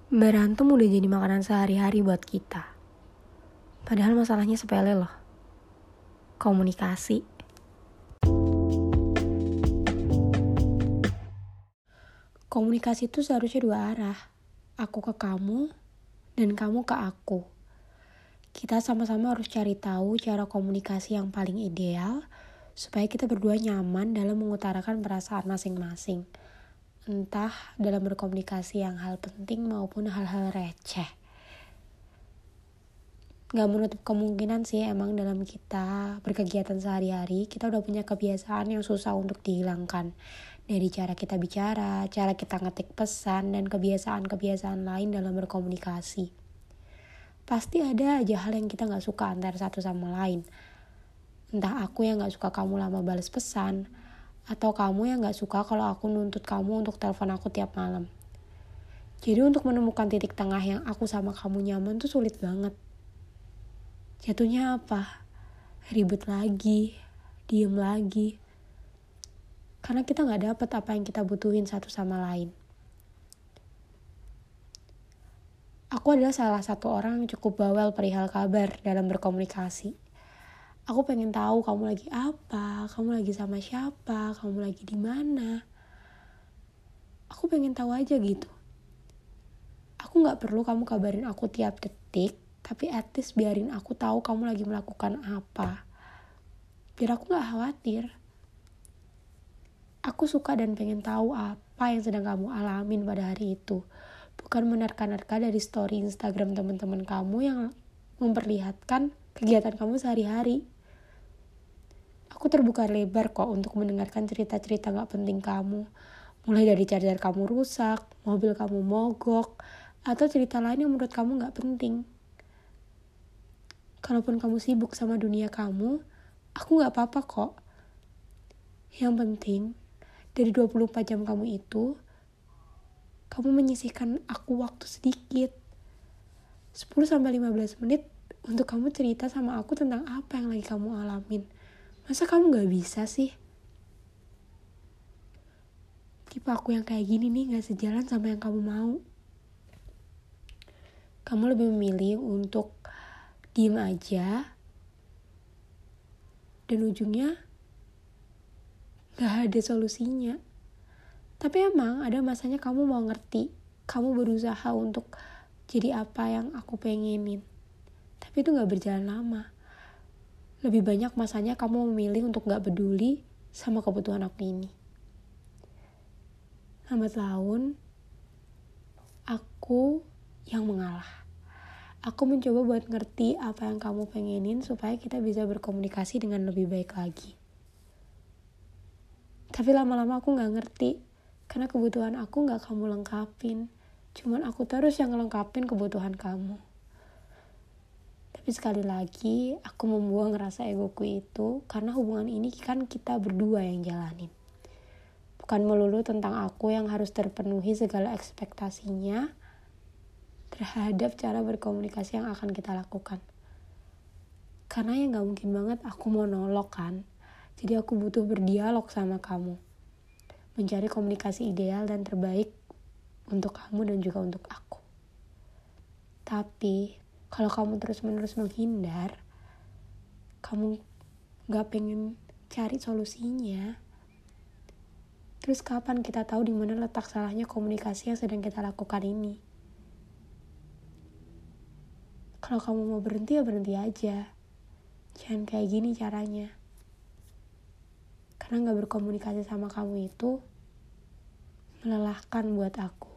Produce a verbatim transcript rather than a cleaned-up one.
Berantem udah jadi makanan sehari-hari buat kita. Padahal masalahnya sepele loh. Komunikasi. Komunikasi itu seharusnya dua arah. Aku ke kamu, dan kamu ke aku. Kita sama-sama harus cari tahu cara komunikasi yang paling ideal, supaya kita berdua nyaman dalam mengutarakan perasaan masing-masing. Entah dalam berkomunikasi yang hal penting maupun hal-hal receh. Gak menutup kemungkinan sih emang dalam kita berkegiatan sehari-hari, kita udah punya kebiasaan yang susah untuk dihilangkan. Dari cara kita bicara, cara kita ngetik pesan, dan kebiasaan-kebiasaan lain dalam berkomunikasi. Pasti ada aja hal yang kita gak suka antara satu sama lain. Entah aku yang gak suka kamu lama balas pesan, atau kamu yang gak suka kalau aku nuntut kamu untuk telepon aku tiap malam. Jadi untuk menemukan titik tengah yang aku sama kamu nyaman tuh sulit banget. Jatuhnya apa? Ribet lagi, diem lagi. Karena kita gak dapet apa yang kita butuhin satu sama lain. Aku adalah salah satu orang yang cukup bawel perihal kabar dalam berkomunikasi. Aku pengen tahu kamu lagi apa, kamu lagi sama siapa, kamu lagi di mana. Aku pengen tahu aja gitu. Aku gak perlu kamu kabarin aku tiap detik, tapi at least biarin aku tahu kamu lagi melakukan apa. Biar aku gak khawatir. Aku suka dan pengen tahu apa yang sedang kamu alamin pada hari itu. Bukan menerka-nerka dari story Instagram teman-teman kamu yang memperlihatkan kegiatan kamu sehari-hari. Aku terbuka lebar kok untuk mendengarkan cerita-cerita gak penting kamu. Mulai dari charger kamu rusak, mobil kamu mogok, atau cerita lain yang menurut kamu gak penting. Kalaupun kamu sibuk sama dunia kamu, aku gak apa-apa kok. Yang penting, dari dua puluh empat jam kamu itu, kamu menyisihkan aku waktu sedikit. sepuluh sampai lima belas menit untuk kamu cerita sama aku tentang apa yang lagi kamu alamin. Masa kamu gak bisa sih? Tipe aku yang kayak gini nih gak sejalan sama yang kamu mau. Kamu lebih memilih untuk diem aja, dan ujungnya gak ada solusinya. Tapi emang ada masanya kamu mau ngerti, kamu berusaha untuk jadi apa yang aku pengenin. Tapi itu gak berjalan lama. Lebih banyak masanya kamu memilih untuk gak peduli sama kebutuhan aku ini. Lambat laun, aku yang mengalah. Aku mencoba buat ngerti apa yang kamu pengenin supaya kita bisa berkomunikasi dengan lebih baik lagi. Tapi lama-lama aku gak ngerti, karena kebutuhan aku gak kamu lengkapin. Cuman aku terus yang ngelengkapin kebutuhan kamu. Tapi sekali lagi, aku membuang rasa egoku itu, karena hubungan ini kan kita berdua yang jalanin. Bukan melulu tentang aku yang harus terpenuhi segala ekspektasinya terhadap cara berkomunikasi yang akan kita lakukan. Karena ya gak mungkin banget aku monolog kan. Jadi aku butuh berdialog sama kamu. Mencari komunikasi ideal dan terbaik untuk kamu dan juga untuk aku. Tapi kalau kamu terus-menerus menghindar, kamu gak pengen cari solusinya, terus kapan kita tahu di mana letak salahnya komunikasi yang sedang kita lakukan ini? Kalau kamu mau berhenti ya berhenti aja. Jangan kayak gini caranya. Karena gak berkomunikasi sama kamu itu melelahkan buat aku.